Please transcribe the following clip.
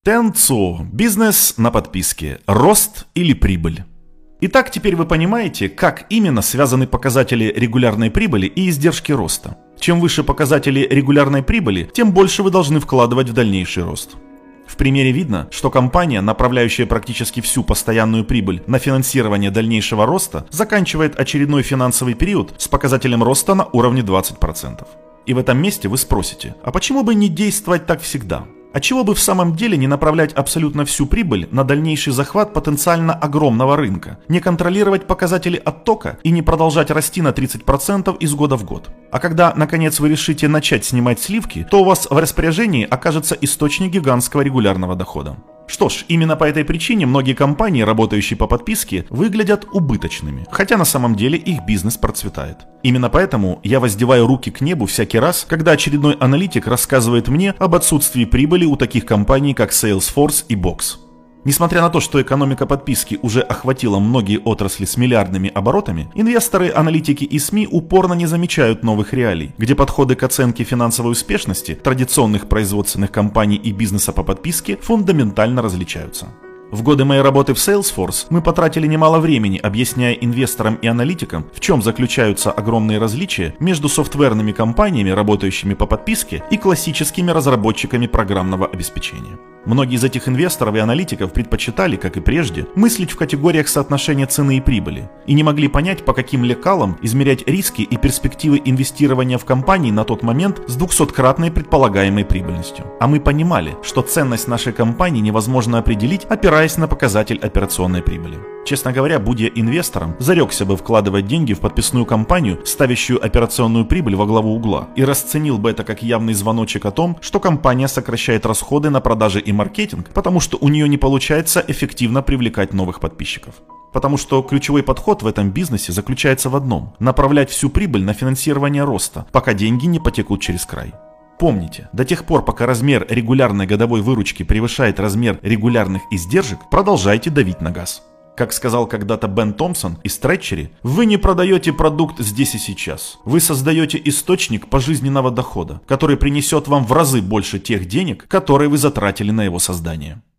Тенцо. Бизнес на подписке. Рост или прибыль? Итак, теперь вы понимаете, как именно связаны показатели регулярной прибыли и издержки роста. Чем выше показатели регулярной прибыли, тем больше вы должны вкладывать в дальнейший рост. В примере видно, что компания, направляющая практически всю постоянную прибыль на финансирование дальнейшего роста, заканчивает очередной финансовый период с показателем роста на уровне 20%. И в этом месте вы спросите, а почему бы не действовать так всегда? А чего бы в самом деле не направлять абсолютно всю прибыль на дальнейший захват потенциально огромного рынка, не контролировать показатели оттока и не продолжать расти на 30% из года в год? А когда, наконец, вы решите начать снимать сливки, то у вас в распоряжении окажется источник гигантского регулярного дохода. Что ж, именно по этой причине многие компании, работающие по подписке, выглядят убыточными, хотя на самом деле их бизнес процветает. Именно поэтому я воздеваю руки к небу всякий раз, когда очередной аналитик рассказывает мне об отсутствии прибыли у таких компаний, как Salesforce и Box. Несмотря на то, что экономика подписки уже охватила многие отрасли с миллиардными оборотами, инвесторы, аналитики и СМИ упорно не замечают новых реалий, где подходы к оценке финансовой успешности традиционных производственных компаний и бизнеса по подписке фундаментально различаются. В годы моей работы в Salesforce мы потратили немало времени, объясняя инвесторам и аналитикам, в чем заключаются огромные различия между софтверными компаниями, работающими по подписке, и классическими разработчиками программного обеспечения. Многие из этих инвесторов и аналитиков предпочитали, как и прежде, мыслить в категориях соотношения цены и прибыли, и не могли понять, по каким лекалам измерять риски и перспективы инвестирования в компании на тот момент с 200-кратной предполагаемой прибыльностью. А мы понимали, что ценность нашей компании невозможно определить, опираясь на показатель операционной прибыли. Честно говоря, будь я инвестором, зарекся бы вкладывать деньги в подписную компанию, ставящую операционную прибыль во главу угла, и расценил бы это как явный звоночек о том, что компания сокращает расходы на продажи и маркетинг, потому что у нее не получается эффективно привлекать новых подписчиков. Потому что ключевой подход в этом бизнесе заключается в одном – направлять всю прибыль на финансирование роста, пока деньги не потекут через край. Помните, до тех пор, пока размер регулярной годовой выручки превышает размер регулярных издержек, продолжайте давить на газ. Как сказал когда-то Бен Томпсон из Treasury, вы не продаете продукт здесь и сейчас. Вы создаете источник пожизненного дохода, который принесет вам в разы больше тех денег, которые вы затратили на его создание.